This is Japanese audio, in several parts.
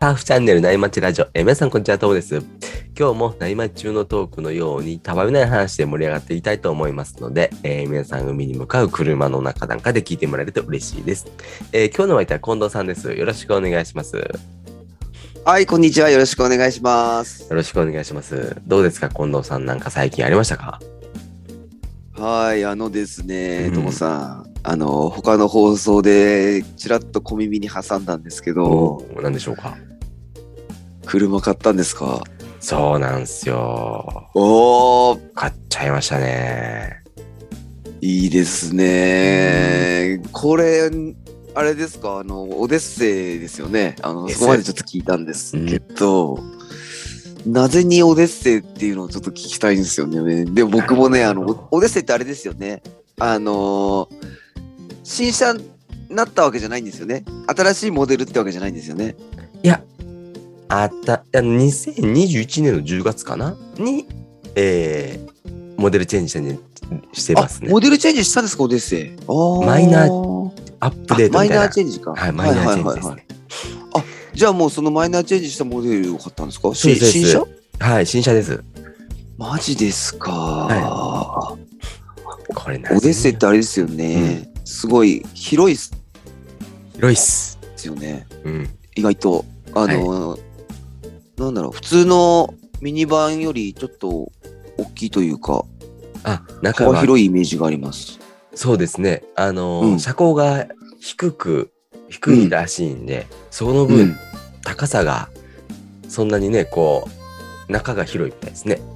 ハーフチャンネル内町ラジオ、皆さんこんにちは、ともです。今日も内町中のトークのようにたわめない話で盛り上がっていきたいと思いますので、皆さん海に向かう車の中なんかで聞いてもらえると嬉しいです。今日のお相手は近藤さんです。よろしくお願いします。 はい、こんにちは。よろしくお願いします。 よろしくお願いします。どうですか、近藤さん、なんか最近ありましたか？ はい、ですね、ともさん、他の放送でちらっと小耳に挟んだんですけど、 何でしょうか？ 車買ったんですか？ そうなんですよ。 おー、 買っちゃいましたね。 いいですね。これ、あれですか、オデッセイですよね。そこまでちょっと聞いたんですけど、なぜにオデッセイっていうのをちょっと聞きたいんですよね。で、僕もね、オデッセイってあれですよね。新車になったわけじゃないんですよね。新しいモデルってわけじゃないんですよね。 いや、2021年の10月かなに、モデルチェンジしてますね。 モデルチェンジしたんですか、オデッセイ。 マイナーアップデートみたいな。 マイナーチェンジか。 はい、マイナーチェンジですね。 じゃあもうそのマイナーチェンジしたモデルを買ったんですか？ 新車？ はい、新車です。 マジですか。 はい、これオデッセイってあれですよね。すごい広いっす。 広いっす。 ですよね。 うん。 意外と。なんだろう、普通のミニバンよりちょっと大きいというか、中は広いイメージがあります。 そうですね。車高が低いらしいんで、その分、高さがそんなにね、こう、中が広いみたいですね。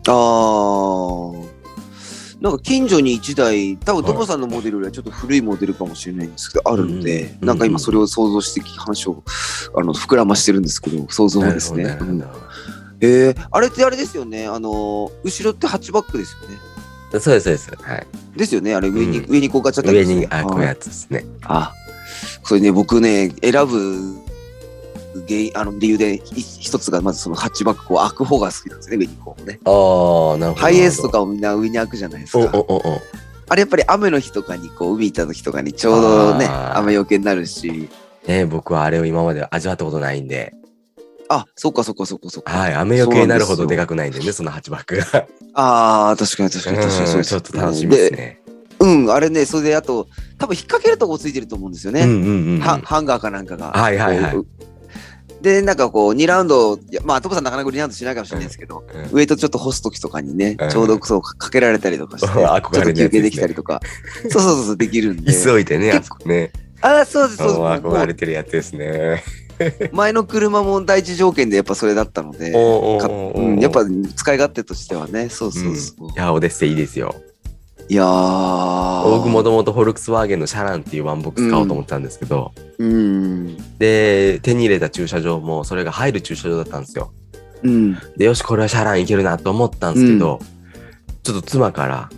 なんか近所に1台、多分トモさんのモデルよりはちょっと古いモデルかもしれないんですけど、あるので、なんか今それを想像して話を膨らましてるんですけど、想像ですね。あれってあれですよね。後ろってハッチバックですよね。 そうです、そうです。はい。 ですよね。あれ上にこうガチャって上にこういうやつですね。 それね、僕ね、選ぶ理由で一つがまずそのハッチバックこう開く方が好きなんですね、上にこうね。 なるほど。 ハイエースとかもみんな上に開くじゃないですか。あれやっぱり雨の日とかにこう海行った時とかにちょうどね、雨よけになるし。 僕はあれを今まで味わったことないんで。 そっか。 はい、雨よけになるほどでかくないんでね、そのハッチバックが。 確かにそうですね。 ちょっと楽しみですね。 あれね、それであと、多分引っ掛けるとこついてると思うんですよね。ハンガーかなんかが。 はい。 で、なんかこう、2ラウンド、トモさんなかなか2ラウンドしないかもしれないですけど、ウエイトちょっと干すときとかにね、ちょうどそうかけられたりとかして、ちょっと休憩できたりとか、そう、できるんで。 椅子置いてね、あそこね。 そうです。 憧れてるやつですね。 前の車も第一条件でやっぱそれだったので、やっぱ使い勝手としてはね、そう。いや、オデッセイいいですよ。 いやー。 僕もともとフォルクスワーゲンのシャランっていうワンボックス買おうと思ったんですけど、で、手に入れた駐車場もそれが入る駐車場だったんですよ。で、よし、これはシャランいけるなと思ったんですけど、ちょっと妻から、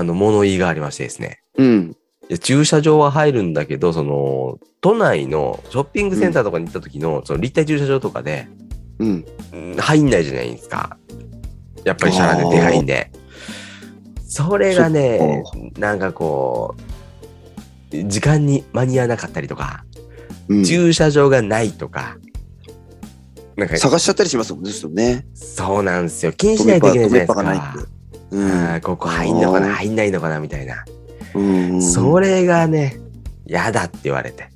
物言いがありましてですね。駐車場は入るんだけど、その都内のショッピングセンターとかに行った時の、その立体駐車場とかで、入んないじゃないですか。やっぱりシャランででかいんで。それがね、なんかこう、時間に間に合わなかったりとか、駐車場がないとか、 なんか探しちゃったりしますもんね。 そうなんですよ。気にしないといけないじゃないですか。ここ入んのかな、入んないのかなみたいな。それがね、嫌だって言われて。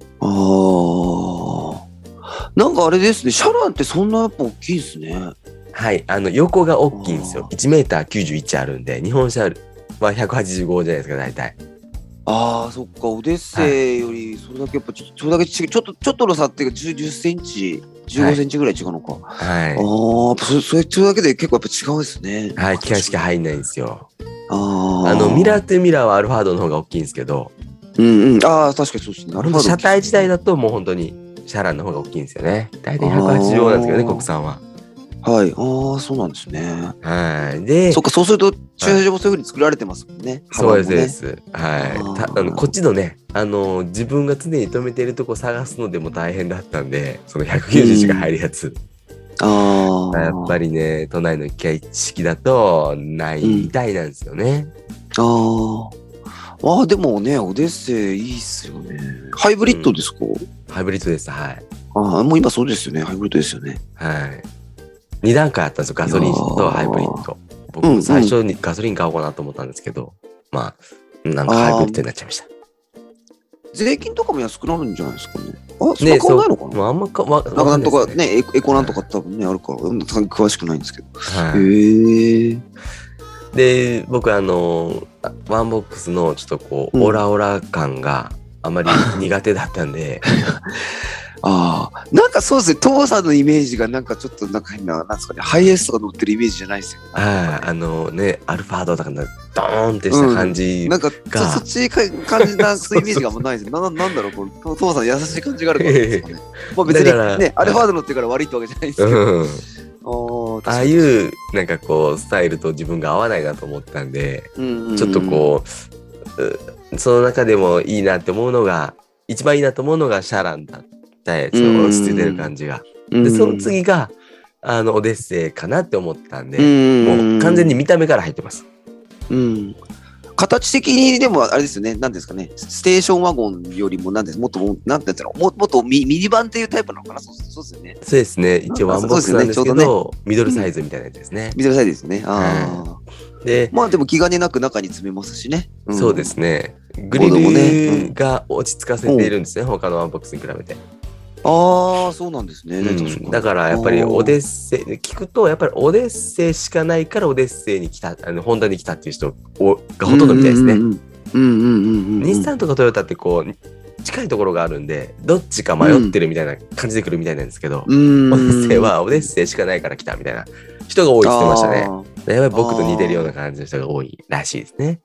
なんかあれですね、シャランってそんなやっぱ大きいですね。 はい、横が大きいんですよ。1メーター91あるんで、日本車は185じゃないですか、大体。 そっか、オデッセイよりそれだけやっぱちょっとの差っていうか10センチ、15センチぐらい違うのか。それだけで結構やっぱ違うんですね。 はい、機械しか入んないんですよ。ミラーとミラーはアルファードの方が大きいんですけど。 確かにそうですね。 車体自体だともう本当にシャランの方が大きいんですよね。大体185なんですけどね、国産は。 そうなんですね。 で、 そっか、そうすると駐車場もそういう風に作られてますもんね。 そうです。こっちのね、自分が常に止めているとこ探すのでも大変だったんで、その190しか入るやつ。やっぱりね、都内の機械式だとないみたいなんですよね。 でもね、オデッセイいいっすよね。ハイブリッドですか？ ハイブリッドです。はい。 ああ、もう今そうですよね。ハイブリッドですよね。 はい。2段階あったんですよ。ガソリンとハイブリッド。僕、最初にガソリン買おうかなと思ったんですけど、まあ、なんかハイブリッドになっちゃいました。 税金とかも安くなるんじゃないですかね。あ、そんな変わんないのかな。 もうあんまなんとかね、エコなんとか多分ね、あるから、詳しくないんですけど。 はい。で、僕ワンボックスのちょっとこう、オラオラ感があまり苦手だったんで。 ああ、なんかそうですね、父さんのイメージがなんかちょっとなんか変な、なんですかね、ハイエースとか乗ってるイメージじゃないですよね。 はい、ね、アルファードとかのドーンってした感じが、なんかそっち感じなそういうイメージがあんまないですよ。なんだろう、これ父さん優しい感じがあるからですかね。まあ別にね、アルファード乗ってから悪いってわけじゃないですけど。 ああいうなんかこうスタイルと自分が合わないなと思ったんで、ちょっとこうその中でもいいなって思うのが、一番いいなと思うのがシャランだったやつ、落ち着いてる感じが。でその次がオデッセイかなって思ったんで、もう完全に見た目から入ってます。形的にでもあれですよね、なんですかね、ステーションワゴンよりもなんです、もっとなんて言ったらもっとミニバンっていうタイプなのかな。そうですよね。 そうですね。一応ワンボックスなんですけど、ミドルサイズみたいなやつですね。 ミドルサイズですね。で、まあでも気兼ねなく中に詰めますしね。 そうですね。グリルが落ち着かせているんですね。他のワンボックスに比べて。 ああ、そうなんですね。 だからやっぱりオデッセイ聞くと、やっぱりオデッセイしかないからオデッセイに来た、ホンダに来たっていう人がほとんどみたいですね。日産とかトヨタってこう近いところがあるんで、どっちか迷ってるみたいな感じで来るみたいなんですけど、オデッセイはオデッセイしかないから来たみたいな人が多いって言ってましたね。やっぱり僕と似てるような感じの人が多いらしいですね。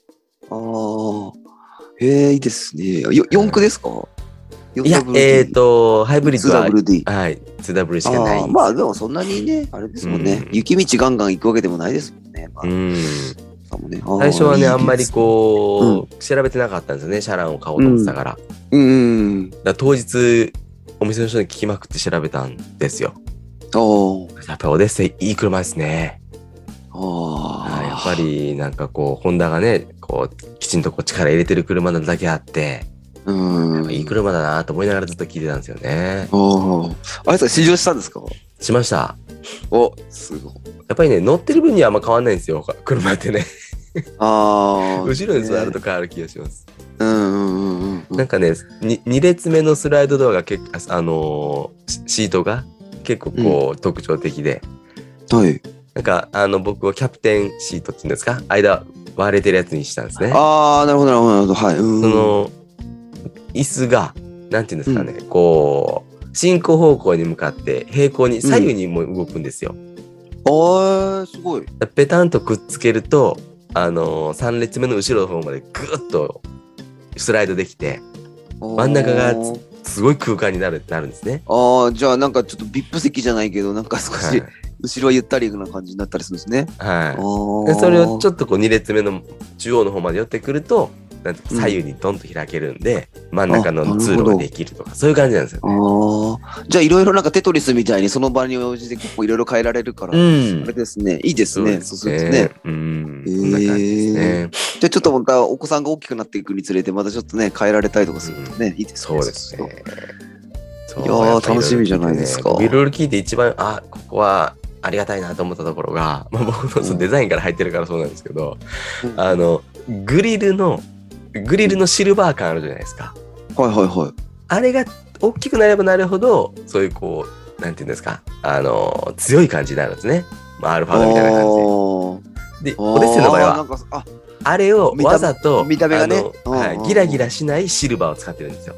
いいですね。4駆ですか？ いや、ハイブリッドは 2WD しかない。 まあでもそんなにね、あれですもんね。雪道ガンガン行くわけでもないですもんね。 最初はね、あんまりこう、調べてなかったんですよね、シャランを買おうと思ってたから。当日、お店の人に聞きまくって調べたんですよ。やっぱりオデッセイいい車ですね。やっぱりなんかこう、ホンダがね、こう、きちんとこう力入れてる車なだけあって、いい車だなと思いながらずっと聞いてたんですよね。 あれさん試乗したんですか？ しました。 すごい。 やっぱりね、乗ってる分にはあんま変わんないんですよ、車ってね。後ろに座ると変わる気がします。なんかね、2列目のスライドドアが結構、シートが結構こう、特徴的で。なんか僕はキャプテンシートっていうんですか、間割れてるやつにしたんですね。 なるほどなるほど。はい。 その椅子がなんていうんですかね、こう進行方向に向かって平行に左右にも動くんですよ。 すごい。 ペタンとくっつけると3列目の後ろの方までぐっとスライドできて、真ん中がすごい空間になるんですね。 じゃあなんかちょっと VIP 席じゃないけど、なんか少し後ろはゆったりな感じになったりするんですね。 でそれをちょっとこう2列目の中央の方まで寄ってくると、なんと左右にドンと開けるんで、真ん中の通路ができるとか、そういう感じなんですよね。 じゃあいろいろなんかテトリスみたいにその場に応じて結構いろいろ変えられるから、あれですね、いいですね。そうするとね。そんな感じですね。じゃあちょっとまたお子さんが大きくなっていくにつれて、またちょっとね、変えられたりとかするとね、いいですね。 そうですね。 いやー、楽しみじゃないですか。 いろいろ聞いて一番、ここはありがたいなと思ったところが、僕のデザインから入ってるからそうなんですけど、グリルのシルバー感あるじゃないですか。あれが大きくなればなるほど、そういうこう、なんていうんですか、強い感じになるんですね。アルファードみたいな感じで。オデッセイの場合は、あれをわざと、 見た目がね、 ギラギラしないシルバーを使ってるんですよ。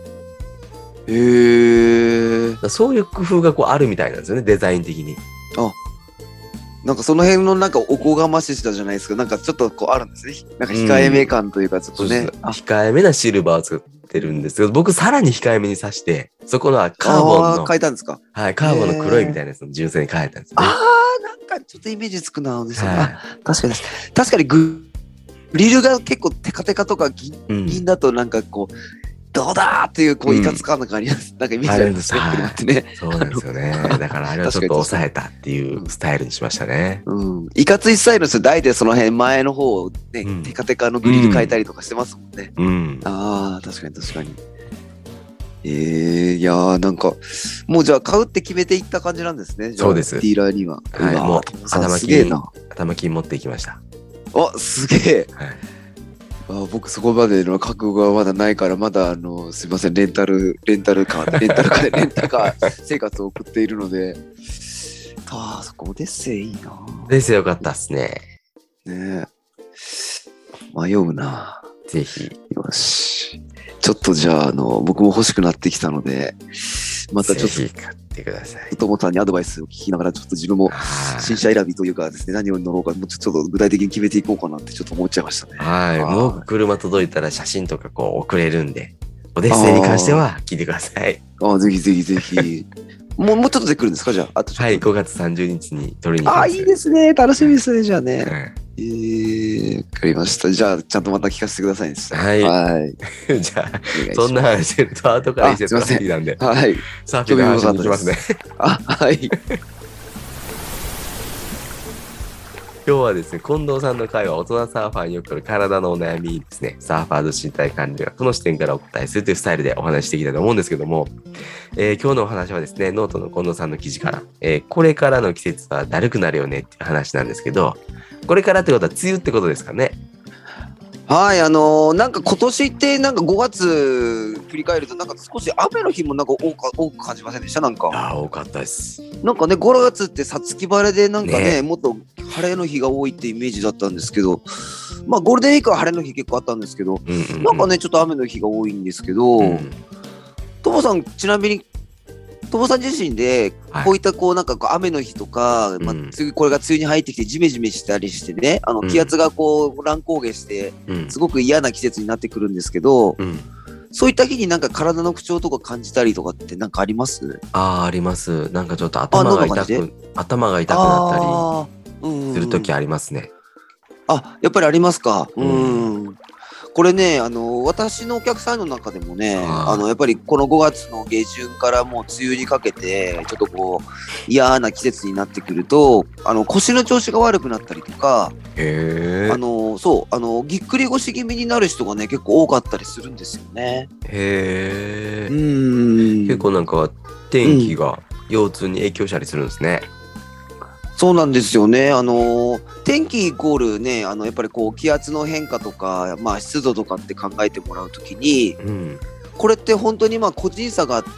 そういう工夫がこうあるみたいなんですよね、デザイン的に。 なんかその辺のなんかおこがましさじゃないですか、なんかちょっとこうあるんですね。なんか控えめ感というか、ちょっとね。 控えめなシルバーを作ってるんですけど、僕さらに控えめにさして、そこのカーボンの。 変えたんですか？ はい、カーボンの黒いみたいなやつの純正に変えたんですよね。 なんかちょっとイメージつくな。確かにグリルが結構テカテカとか銀だとなんかこう、どうだーっていうこういかつかな感じなんかイメージあるんですね。 そうなんですよね。だからあれはちょっと抑えたっていうスタイルにしましたね。 いかついスタイルの人、大体その辺前の方をね、テカテカのグリル変えたりとかしてますもんね。確かに。 いやーなんか、もうじゃあ買うって決めていった感じなんですね。 そうです。 ディーラーには。 はい、もう頭金持っていきました。 あ、すげえ。はい、僕そこまでの覚悟がまだないから、まだすいません、レンタカー生活を送っているので。そこオデッセイいいな。 オデッセイよかったっすね。 ねえ。迷うな。 ぜひ。 よし。ちょっとじゃあ、僕も欲しくなってきたので、またちょっと、 ぜひ買ってください。 ともさんにアドバイスを聞きながら、ちょっと自分も新車選びというかですね、何を乗ろうか、もうちょっと具体的に決めていこうかなってちょっと思っちゃいましたね。 はい。もう車届いたら写真とか送れるんで、オデッセイに関しては聞いてください。 ぜひぜひぜひ。もうちょっとで来るんですか、じゃあ。 はい、5月30日に取りに行きます。 いいですね。楽しみですね、じゃあね。わかりました。じゃあ、ちゃんとまた聞かせてくださいね。 はい。じゃあ、そんな話してると、後から伊勢と好きなんで。 はい。 サーフィンの話に行きますね。 はい。 今日はですね、近藤さんの会は大人サーファーによくある体のお悩みにですね、サーファーズ身体管理学の視点からお答えするというスタイルでお話していきたいと思うんですけども、今日のお話はですね、ノートの近藤さんの記事から、これからの季節はだるくなるよねっていう話なんですけど、これからってことは梅雨ってことですかね。 はい、なんか今年ってなんか5月振り返るとなんか少し雨の日もなんか多く感じませんでした？なんか多かったです。なんかね、5月ってさつき晴れでなんかね、もっと晴れの日が多いってイメージだったんですけど、まあゴールデンウィークは晴れの日結構あったんですけど、なんかねちょっと雨の日が多いんですけど、トモさんちなみにトモさん自身でこういったなんか雨の日とか、次これが梅雨に入ってきてジメジメしたりしてね、気圧が乱高下してすごく嫌な季節になってくるんですけど、そういった日になんか体の不調とか感じたりとかってなんかあります？ あります。なんかちょっと頭が痛くなったりする時ありますね。 やっぱりありますか。これね、私のお客さんの中でもね、やっぱりこの5月の下旬からもう梅雨にかけて、ちょっと嫌な季節になってくると、腰の調子が悪くなったりとか、ぎっくり腰気味になる人がね、結構多かったりするんですよね。 結構なんか天気が腰痛に影響したりするんですね。 そうなんですよね。天気イコールね、やっぱり気圧の変化とか、湿度とかって考えてもらうときに、これって本当に個人差があって、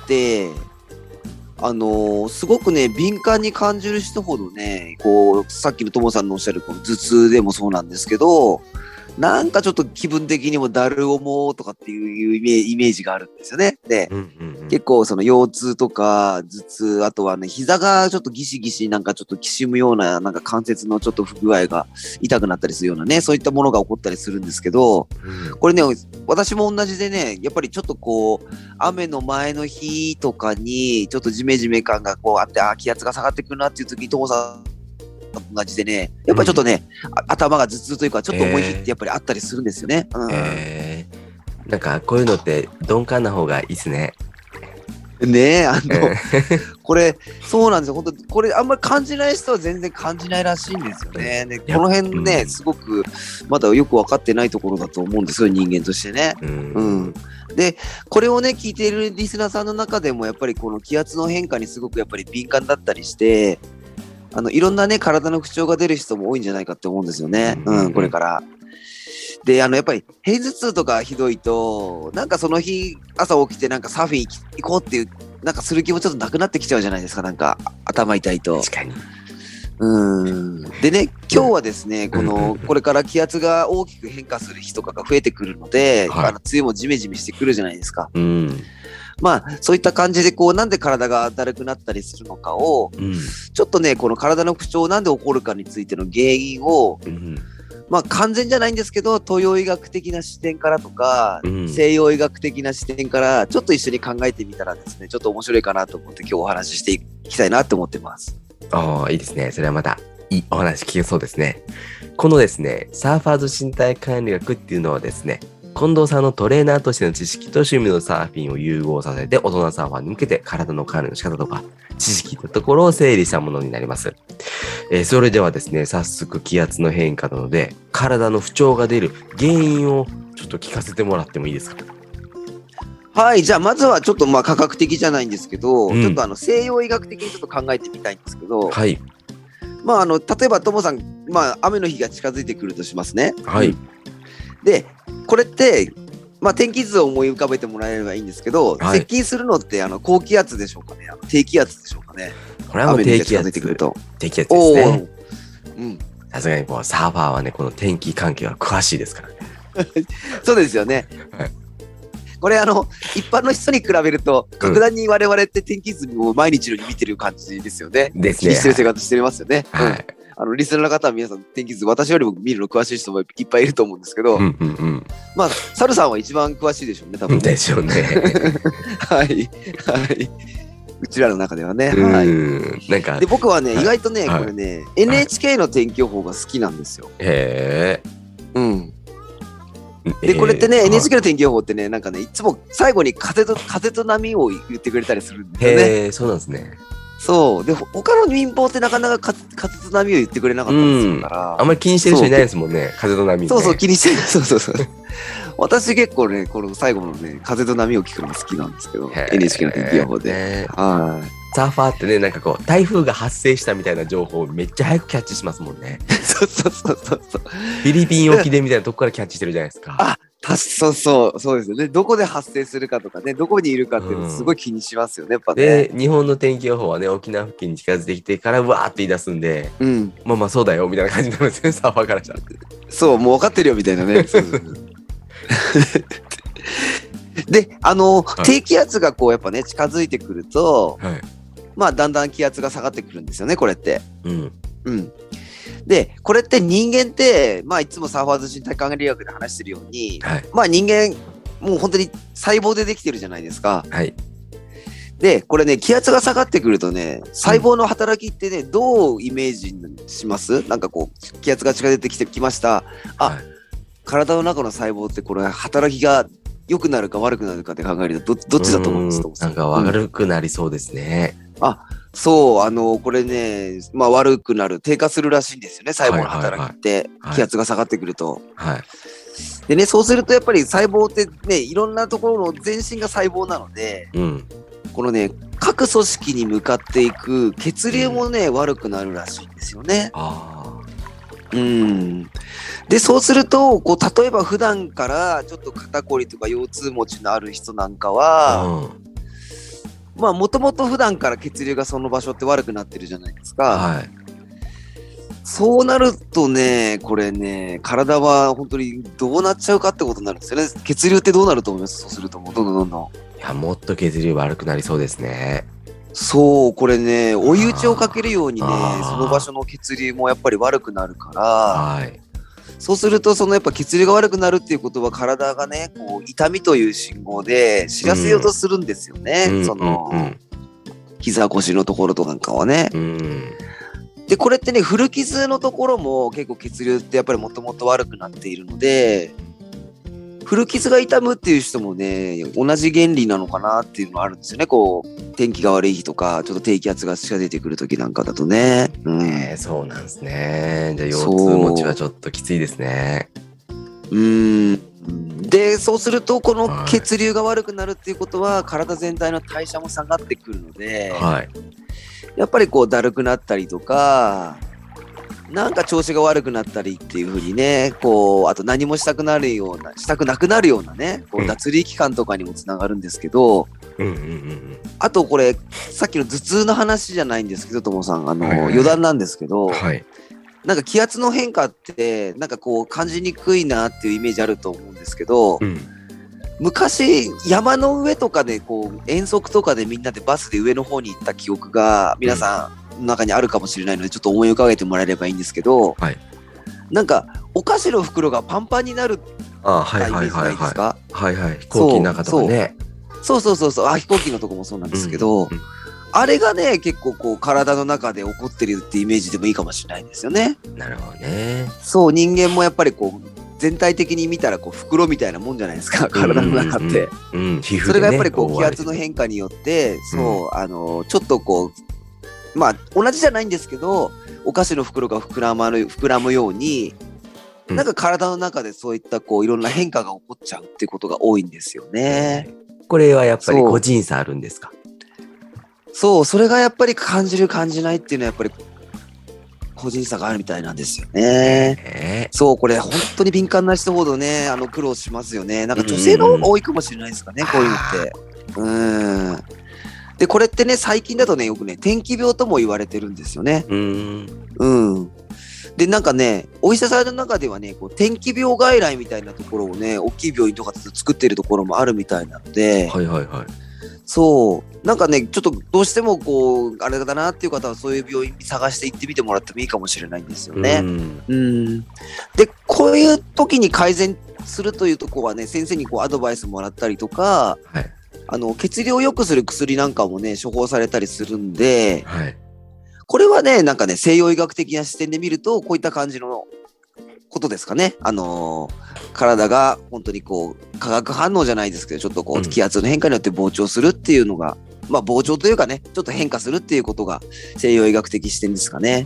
すごくね、敏感に感じる人ほどね、さっきのともさんのおっしゃる頭痛でもそうなんですけど、なんかちょっと気分的にもだる思うとかっていうイメージがあるんですよね。で、結構その腰痛とか頭痛、あとはね、膝がちょっとギシギシなんかちょっときしむような、なんか関節のちょっと不具合が痛くなったりするようなね、そういったものが起こったりするんですけど、これね、私も同じでね、やっぱりちょっと雨の前の日とかに、ちょっとジメジメ感があって、気圧が下がってくるなっていう時に、ともさん同じでね、やっぱりちょっとね、頭が頭痛というかちょっと重い日ってやっぱりあったりするんですよね。 なんかこういうのって鈍感な方がいいですね。 ねえ、これそうなんですよ。本当これあんまり感じない人は全然感じないらしいんですよね。でこの辺ね、すごくまだよく分かってないところだと思うんですよ、人間としてね。でこれをね聞いているリスナーさんの中でもやっぱりこの気圧の変化にすごくやっぱり敏感だったりして。いろんなね、体の不調が出る人も多いんじゃないかって思うんですよね。これから。で、やっぱり、片頭痛とかひどいと、なんかその日、朝起きてなんかサーフィン行こうっていう、なんかする気もちょっとなくなってきちゃうじゃないですか、なんか、頭痛いと。 確かに。 でね、今日はですね、これから気圧が大きく変化する日とかが増えてくるので、梅雨もジメジメしてくるじゃないですか。そういった感じでなんで体がだるくなったりするのかを、ちょっとねこの体の不調なんで起こるかについての原因を、完全じゃないんですけど東洋医学的な視点からとか、西洋医学的な視点からちょっと一緒に考えてみたらですね、ちょっと面白いかなと思って今日お話ししていきたいなと思ってます。 いいですね。それはまたいいお話聞けそうですね。このですねサーファーズ身体管理学っていうのはですね、近藤さんのトレーナーとしての知識と趣味のサーフィンを融合させて大人サーファーに向けて体の管理の仕方とか知識というところを整理したものになります。それではですね、早速気圧の変化なので体の不調が出る原因をちょっと聞かせてもらってもいいですか？ はい、じゃあまずはちょっと科学的じゃないんですけど、ちょっと西洋医学的にちょっと考えてみたいんですけど、 はい。 例えばともさん、雨の日が近づいてくるとしますね。 はい。 で、これって、天気図を思い浮かべてもらえればいいんですけど、 はい、 接近するのって高気圧でしょうかね、低気圧でしょうかね。 これはもう低気圧。低気圧ですね。さすがにサーファーはね、この天気関係は詳しいですからね。 そうですよね。はい、これ一般の人に比べると格段に我々って天気図を毎日のように見てる感じですよね。 ですね。 気にしてる生活してますよね。はい。リスナーの方は皆さん天気図、私よりも見るの詳しい人もいっぱいいると思うんですけど、サルさんは一番詳しいでしょうね、多分。 でしょうね。 はい。はい。うちらの中ではね。はい。なんかで、僕はね、意外とね、これね、NHK の天気予報が好きなんですよ。 へえ。うん。で、これってね、NHK の天気予報ってね、なんかね、いつも最後に風と波を言ってくれたりするんですよね。 へえ、そうなんですね。 そう。で、他の民放ってなかなか風と波を言ってくれなかったりするから。 あんまり気にしてる人いないですもんね、風と波。 そうそう、気にしてる。そう。私結構ね、この最後のね、風と波を聞くのが好きなんですけど、NHK の天気予報で。はい。 サーファーってね、なんか台風が発生したみたいな情報をめっちゃ早くキャッチしますもんね。 そう。フィリピン沖でみたいなとこからキャッチしてるじゃないですか。 そうですよね。どこで発生するかとかね、どこにいるかっていうのすごい気にしますよね、やっぱね。 で、日本の天気予報はね、沖縄付近に近づいてきてからわーって言い出すんで、そうだよみたいな感じになるんですね、サーファーからしたら。 そう、もう分かってるよみたいなね。で、低気圧がやっぱね、近づいてくると、だんだん気圧が下がってくるんですよね、これって。で、これって人間って、いつもサーファーズ身体管理学で話してるように、人間、もう本当に細胞でできてるじゃないですか。で、これね、気圧が下がってくるとね、細胞の働きってね、どうイメージします？なんか気圧が近づいてきました。体の中の細胞ってこれ働きが良くなるか悪くなるかって考えるとどっちだと思いますか？ なんか悪くなりそうですね。 そう、これね、悪くなる、低下するらしいんですよね、細胞の働きって、気圧が下がってくると。でね、そうするとやっぱり細胞ってね、いろんなところの全身が細胞なので、このね、各組織に向かっていく血流もね、悪くなるらしいんですよね。で、そうすると、例えば普段からちょっと肩こりとか腰痛持ちのある人なんかは、もともと普段から血流がその場所って悪くなってるじゃないですか。そうなるとね、これね、体は本当にどうなっちゃうかってことになるんですよね。血流ってどうなると思います？そうすると、どんどん。いや、もっと血流悪くなりそうですね。 そう、これね、追い打ちをかけるようにね、その場所の血流もやっぱり悪くなるから、そうすると、やっぱ血流が悪くなるっていうことは、体がね、痛みという信号で知らせようとするんですよね。膝腰のところとなんかはね。で、これってね、古傷のところも結構血流ってやっぱりもともと悪くなっているので、古傷が痛むっていう人もね、同じ原理なのかなっていうのがあるんですよね。天気が悪い日とか、ちょっと低気圧が近づいてくる時なんかだとね。 そうなんですね。じゃあ腰痛持ちはちょっときついですね。 で、そうするとこの血流が悪くなるっていうことは、体全体の代謝も下がってくるので、やっぱりだるくなったりとか、なんか調子が悪くなったりっていう風にね、あと何もしたくなくなるようなね、脱力感とかにもつながるんですけど、あとこれ、さっきの頭痛の話じゃないんですけど、ともさん、余談なんですけど、なんか気圧の変化って、なんか感じにくいなっていうイメージあると思うんですけど、昔、山の上とかで遠足とかでみんなでバスで上の方に行った記憶が、皆さん、中にあるかもしれないのでちょっと思い浮かべてもらえればいいんですけど、なんかお菓子の袋がパンパンになるイメージないですか？ 飛行機の中とかね。 そう飛行機のとこもそうなんですけど、あれがね結構体の中で起こってるってイメージでもいいかもしれないんですよね。 なるほどね。 そう、人間もやっぱり全体的に見たら袋みたいなもんじゃないですか、体の中って。それがやっぱり気圧の変化によって、ちょっと同じじゃないんですけど、お菓子の袋が膨らむように、なんか体の中でそういったいろんな変化が起こっちゃうっていうことが多いんですよね。 これはやっぱり個人差あるんですか？ そう、それがやっぱり感じる感じないっていうのはやっぱり個人差があるみたいなんですよね。そう、これ本当に敏感な人ほどね、苦労しますよね。なんか女性の方が多いかもしれないですかね、こういうのって。で、これってね、最近だとね、よくね、天気病とも言われてるんですよね。で、なんかね、お医者さんの中ではね、こう天気病外来みたいなところをね、大きい病院とかで作ってるところもあるみたいなので、そう、なんかね、ちょっとどうしてもこう、あれだなっていう方はそういう病院に探して行ってみてもらってもいいかもしれないんですよね。で、こういう時に改善するというところはね、先生にこうアドバイスもらったりとか、血流を良くする薬なんかもね、処方されたりするんで、これはね、なんかね、西洋医学的な視点で見ると、こういった感じのことですかね。体が本当にこう、化学反応じゃないですけど、ちょっとこう、気圧の変化によって膨張するっていうのが、まあ、膨張というかね、ちょっと変化するっていうことが、西洋医学的視点ですかね。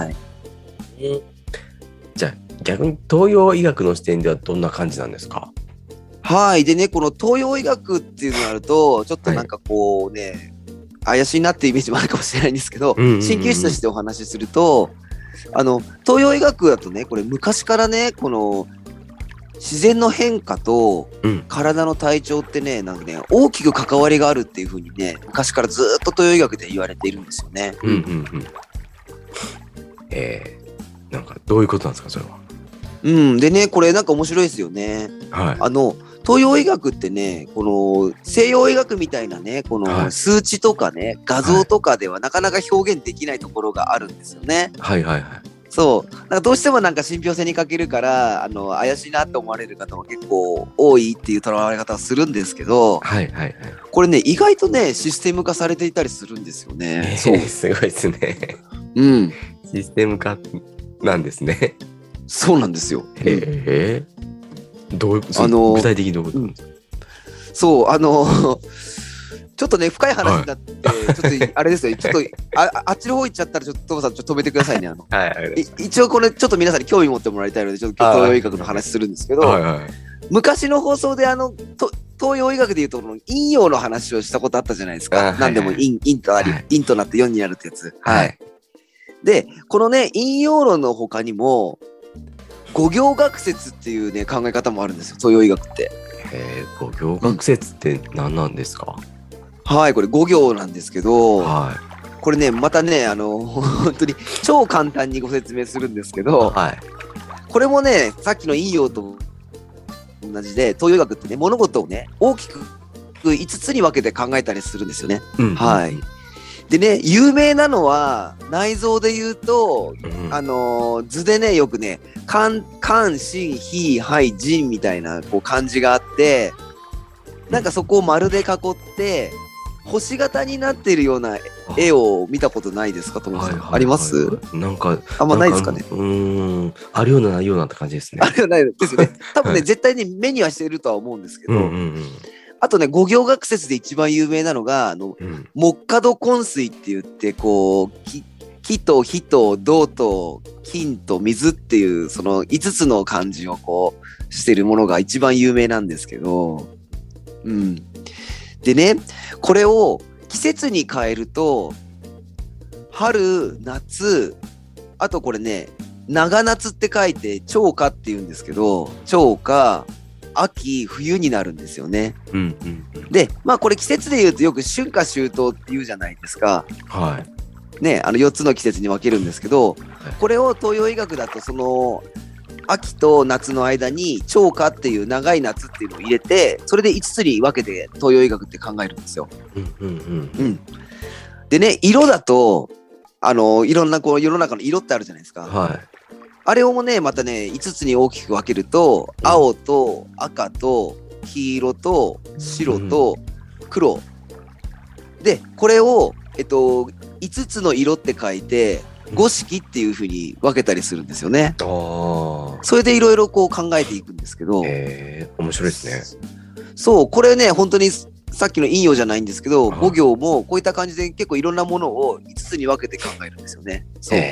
じゃあ、逆に東洋医学の視点ではどんな感じなんですか？ でね、この東洋医学っていうのがあると、ちょっとなんかこうね、怪しいなっていうイメージもあるかもしれないんですけど、鍼灸師としてお話しすると、東洋医学だとね、これ昔からね、この自然の変化と体の体調ってね、なんかね、大きく関わりがあるっていう風にね、昔からずっと東洋医学で言われているんですよね。 なんかどういうことなんですか、それは。 でね、これなんか面白いですよね。東洋医学ってね、この西洋医学みたいなね、この数値とかね、画像とかではなかなか表現できないところがあるんですよね。そう。なんかどうしてもなんか信憑性に欠けるから、怪しいなって思われる方も結構多いっていう捉われ方をするんですけど、これね、意外とね、システム化されていたりするんですよね。 すごいですね。システム化なんですね。 そうなんですよ。 どういう、具体的にどういうことなんですか？ そう、ちょっとね、深い話になって、ちょっとあれですよ、ちょっとあっちの方行っちゃったら、ちょっとトモさん、ちょっと止めてくださいね。一応これ、ちょっと皆さんに興味持ってもらいたいので、ちょっと東洋医学の話するんですけど、昔の放送で東洋医学でいうと、陰陽の話をしたことあったじゃないですか。何でも陰とあり、陰となって陽になるってやつ。で、このね、陰陽論の他にも、五行学説っていうね、考え方もあるんですよ、東洋医学って。 五行学説って何なんですか？ これ五行なんですけど、これね、またね、本当に超簡単にご説明するんですけど、これもね、さっきの陰陽と同じで、東洋医学ってね、物事をね、大きく5つに分けて考えたりするんですよね。でね、有名なのは、内臓で言うと、図でね、よくね、肝、心、脾、肺、腎みたいなこう漢字があって、なんかそこを丸で囲って、星型になっているような絵を見たことないですか、トモさん。あります？ なんか、 あんまないですかね。 あるようなないようなって感じですね。 あるようなないですね。多分ね、絶対に目にはしているとは思うんですけど、あとね、五行学説で一番有名なのが、木火土金水って言って、こう、木と火と土と金と水っていう、その5つの漢字をこう、してるものが一番有名なんですけど、でね、これを季節に変えると、春、夏、あとこれね、長夏って書いて、長夏って言うんですけど、長夏、秋、冬になるんですよね。で、まあこれ季節で言うとよく春夏秋冬って言うじゃないですか。ね、4つの季節に分けるんですけど、これを東洋医学だとその秋と夏の間に長夏っていう長い夏っていうのを入れて、それで5つに分けて東洋医学って考えるんですよ。でね、色だといろんなこう世の中の色ってあるじゃないですか。あれをもね、またね、5つに大きく分けると、青と赤と黄色と白と黒。で、これを、5つの色って書いて、五色っていう風に分けたりするんですよね。それでいろいろこう考えていくんですけど。 面白いですね。 そう、これね、本当にさっきの陰陽じゃないんですけど、五行もこういった感じで結構いろんなものを5つに分けて考えるんですよね。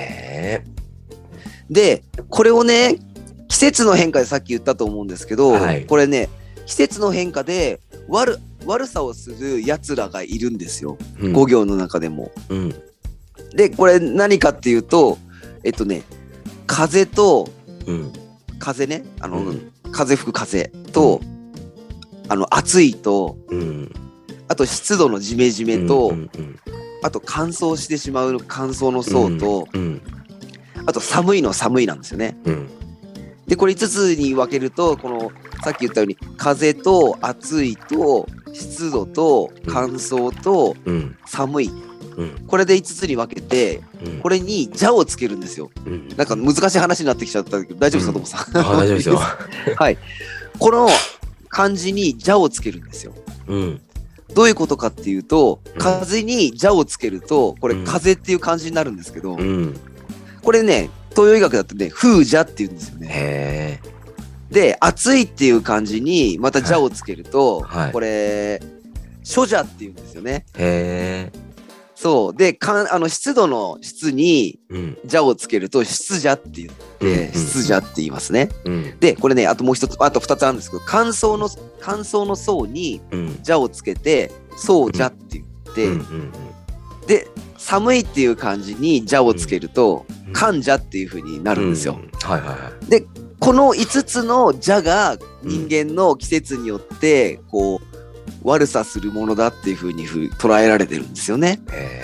で、これをね、季節の変化でさっき言ったと思うんですけど、これね、季節の変化で悪さをする奴らがいるんですよ、5行の中でも。でこれ何かっていうと風と、風ね風吹く風と、暑いと、あと湿度のジメジメと、あと乾燥してしまう乾燥の層と、あと寒いなんですよね。でこれ5つに分けるとこのさっき言ったように風と暑いと湿度と乾燥と寒い、これで5つに分けて、これに「じゃ」をつけるんですよ。なんか難しい話になってきちゃったけど大丈夫ですか、ともさん。 大丈夫ですよ。 はい。この漢字に「じゃ」をつけるんですよ。どういうことかっていうと、風に「じゃ」をつけるとこれ風っていう漢字になるんですけど、これね東洋医学だとね風邪って言うんですよね。で暑いっていう漢字にまた「じゃ」をつけると、これ暑邪って言うんですよね。そうで湿度の湿に「じゃ」をつけると湿邪って言って湿邪って言いますね。でこれねあともう一つあと2つあるんですけど、乾燥の層に「じゃ」をつけてそうじゃって言って、で寒いっていう漢字に「じゃ」をつけると寒じゃっていう風になるんですよ。でこの5つの「じゃ」が人間の季節によってこう悪さするものだっていう風に捉えられてるんですよね。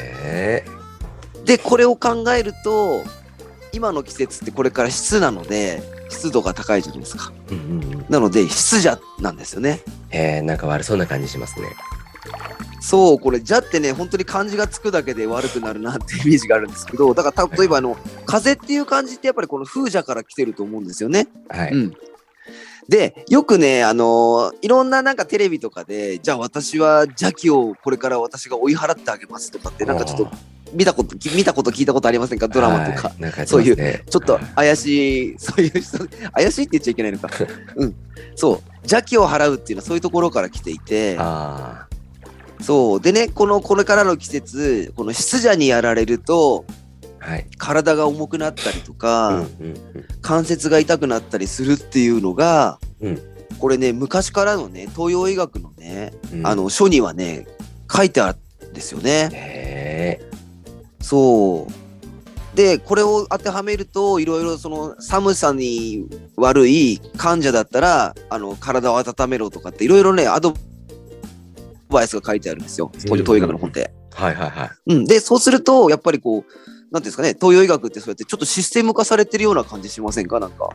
でこれを考えると今の季節ってこれから湿なので湿度が高いじゃないですか。なので湿邪なんですよね。 なんか悪そうな感じしますね。 そうこれ「じゃ」ってね本当に漢字がつくだけで悪くなるなってイメージがあるんですけど、だから例えば風っていう漢字ってやっぱりこの風邪から来てると思うんですよね。でよくねいろんななんかテレビとかでじゃあ私は邪気をこれから私が追い払ってあげますとかってなんかちょっと見たこと聞いたことありませんか、ドラマとか、そういうちょっと怪しいそういう人怪しいって言っちゃいけないのかそう邪気を払うっていうのはそういうところから来ていて、そうでねこれからの季節この湿邪にやられると、体が重くなったりとか、関節が痛くなったりするっていうのが、これね昔からのね東洋医学のね、書にはね書いてあるんですよね。そうでこれを当てはめるといろいろその寒さに悪い患者だったら体を温めろとかっていろいろねアドバイスが書いてあるんですよ、東洋医学の本で。でそうするとやっぱりこうなんていうんですかね、東洋医学ってそうやってちょっとシステム化されてるような感じしませんか、なんか。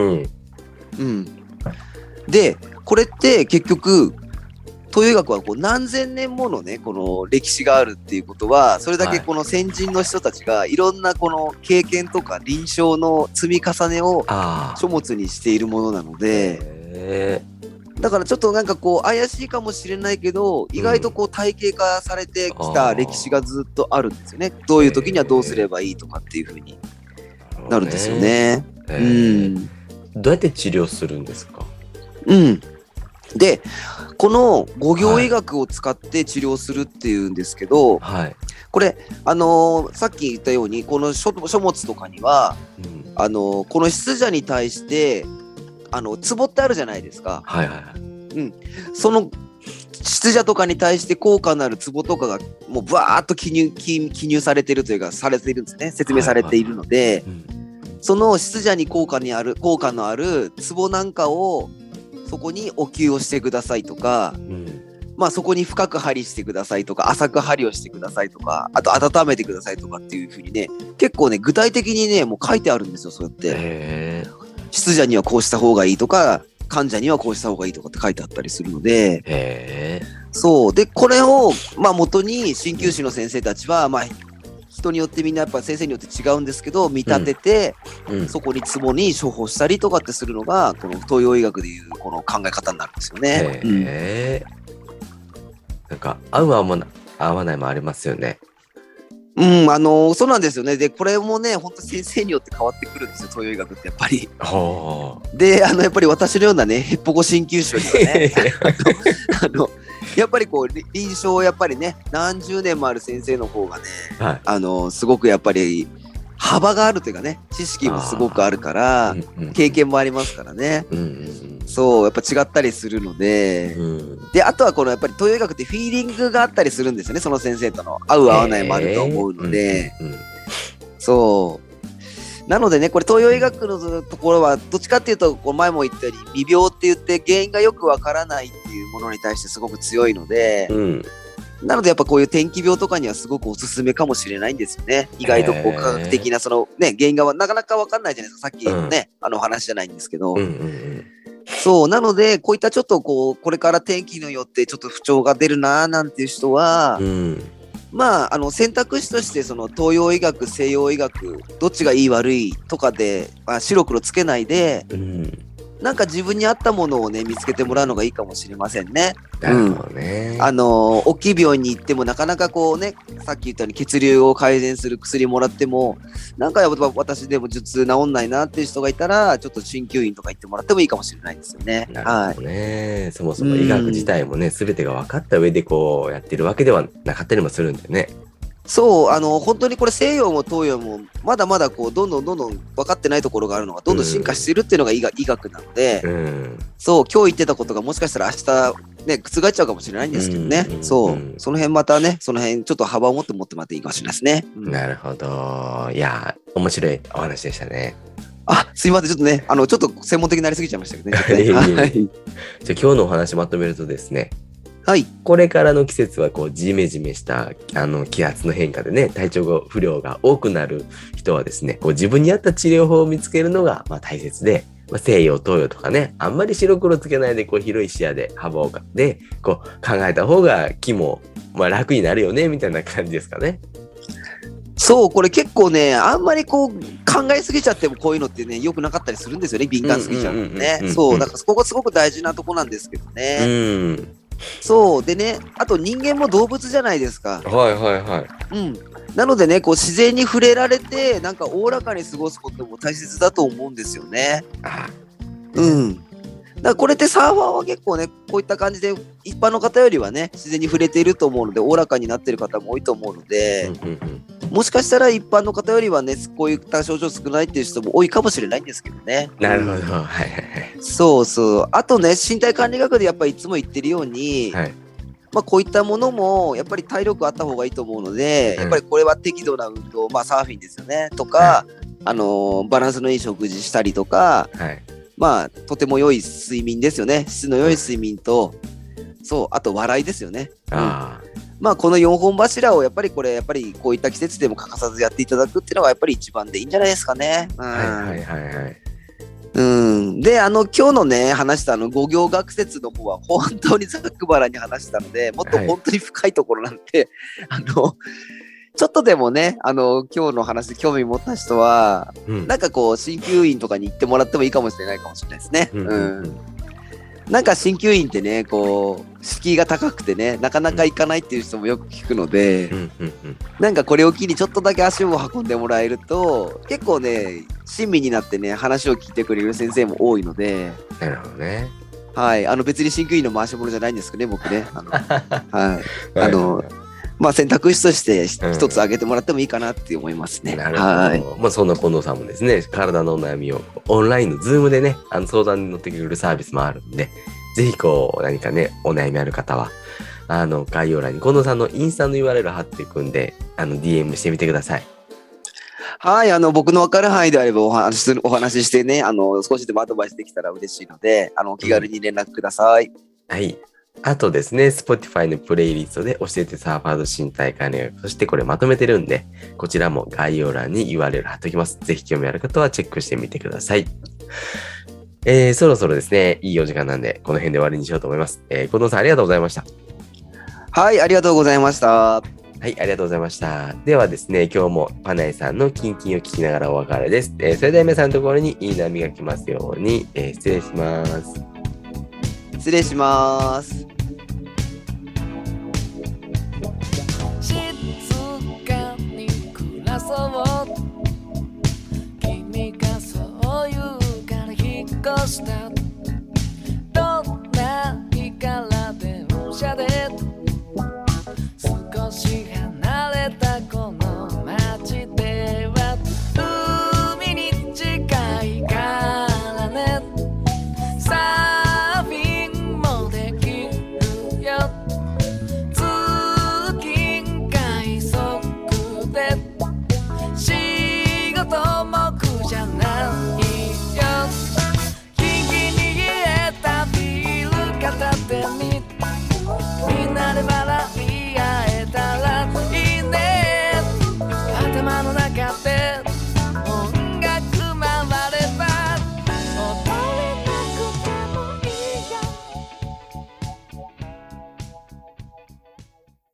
でこれって結局東洋医学はこう何千年ものねこの歴史があるっていうことはそれだけこの先人の人たちがいろんなこの経験とか臨床の積み重ねを書物にしているものなので、だからちょっとなんかこう怪しいかもしれないけど意外とこう体系化されてきた歴史がずっとあるんですよね。どういう時にはどうすればいいとかっていう風になるんですよね。 どうやって治療するんですか？ でこの五行医学を使って治療するっていうんですけど、これさっき言ったようにこの書物とかには、この湿邪に対してツボってあるじゃないですか。その湿邪とかに対して効果のあるツボとかがもうブワーッと記入されているというかされているんですね。説明されているので、その湿邪に効果のあるツボなんかをそこにお灸をしてくださいとか、そこに深く針してくださいとか浅く針をしてくださいとか、あと温めてくださいとかっていう風にね結構ね具体的にねもう書いてあるんですよ。そうやって湿邪にはこうした方がいいとか患者にはこうした方がいいとかって書いてあったりするので、そうでこれを元に鍼灸師の先生たちは人によってみんなやっぱ先生によって違うんですけど見立てて、そこにツボに処方したりとかってするのがこの東洋医学でいうこの考え方になるんですよね。 なんか合う合わないもありますよね。 そうなんですよね。でこれもね本当先生によって変わってくるんですよ、東洋医学ってやっぱり。でやっぱり私のようなねへっぽこ鍼灸師はねやっぱりこう臨床をやっぱりね何十年もある先生の方がね、すごくやっぱり幅があるというかね知識もすごくあるから、経験もありますからね。 そうやっぱ違ったりするので、であとはこのやっぱり東洋医学ってフィーリングがあったりするんですよね、その先生との合う合わないもあると思うので、そうなのでね、これ東洋医学のところはどっちかっていうと、こう前も言ったように未病って言って原因がよくわからないっていうものに対してすごく強いので、なのでやっぱこういう天気病とかにはすごくおすすめかもしれないんですよね。意外とこう科学的なそのね原因がなかなかわかんないじゃないですか。さっきのね、お話じゃないんですけど、そうなのでこういったちょっとこうこれから天気によってちょっと不調が出るなーなんていう人は、まあ選択肢としてその東洋医学西洋医学どっちがいい悪いとかで、白黒つけないで、なんか自分に合ったものをね見つけてもらうのがいいかもしれませんね。 なるほどね。 大きい病院に行ってもなかなかこうね、さっき言ったように血流を改善する薬もらってもなんか私でも頭痛治んないなっていう人がいたら、ちょっと鍼灸院とか行ってもらってもいいかもしれないですよね。 なるほどね。そもそも医学自体もね、全てが分かった上でこうやってるわけではなかったりもするんでね。 そう、本当にこれ西洋も東洋もまだまだこうどんどん分かってないところがあるのがどんどん進化しているっていうのが医学なので、そう今日言ってたことがもしかしたら明日ね覆っちゃうかもしれないんですけどね、その辺またね、その辺ちょっと幅を持ってもらっていいかもしれないですね。 なるほど。いや面白いお話でしたね。 すいません、ちょっとねちょっと専門的になりすぎちゃいましたけどね。じゃあ今日のお話まとめるとですね、 はい、 これからの季節はこうジメジメした気圧の変化でね、体調不良が多くなる人はですね、こう自分に合った治療法を見つけるのが大切で、西洋東洋とかね、あんまり白黒つけないでこう広い視野で幅をでこう考えた方が気も楽になるよねみたいな感じですかね。 そう、これ結構ね、あんまりこう考えすぎちゃってもこういうのってね良くなかったりするんですよね、敏感すぎちゃうのね。そうだからここすごく大事なとこなんですけどね。そうでね、あと人間も動物じゃないですか。なのでね、こう自然に触れられてなんかおおらかに過ごすことも大切だと思うんですよね。だからこれってサーファーは結構ねこういった感じで一般の方よりはね自然に触れていると思うので、おおらかになっている方も多いと思うので、もしかしたら一般の方よりはねこういった症状少ないっていう人も多いかもしれないんですけどね。 なるほど。 そうそう。あとね、身体管理学でやっぱりいつも言ってるように、こういったものもやっぱり体力あった方がいいと思うので、やっぱりこれは適度な運動、サーフィンですよねとか、バランスのいい食事したりとか、とても良い睡眠ですよね。質の良い睡眠と、あと笑いですよね。この4本柱をやっぱりこういった季節でも欠かさずやっていただくっていうのがやっぱり一番でいいんじゃないですかね。で今日のね話した五行学説の方は本当にざっくばらんに話したので、もっと本当に深いところなんて、ちょっとでもね今日の話で興味持った人は、なんかこう鍼灸院とかに行ってもらってもいいかもしれないですね。なんか鍼灸院ってねこう敷居が高くてねなかなか行かないっていう人もよく聞くので、なんかこれを機にちょっとだけ足を運んでもらえると結構ね親身になってね話を聞いてくれる先生も多いので。 なるほどね。 別に鍼灸院の回し物じゃないんですけどね、僕ね。選択肢として一つ挙げてもらってもいいかなって思いますね。 なるほど。そんな近藤さんもですね、体のお悩みをオンラインのズームでね、相談に乗ってくれるサービスもあるんで、ぜひ何かね、お悩みある方は、概要欄に近藤さんのインスタの URL 貼っていくんで、DM してみてください。 僕の分かる範囲であればお話ししてね、少しでもアドバイスできたら嬉しいので、お気軽に連絡ください。 あとですね、Spotify のプレイリストで教えてサーファーズ身体管理学、そしてこれまとめてるんで、こちらも概要欄に URL 貼っておきます。ぜひ興味ある方はチェックしてみてください。そろそろですね、いいお時間なんで、この辺で終わりにしようと思います。近藤さんありがとうございました。 ありがとうございました。 ありがとうございました。ではですね、今日もパナイさんのキンキンを聞きながらお別れです。それでは皆さんのところにいい波が来ますように、失礼します。 失礼します。 静かに暮らそう君がそう言うから引っ越した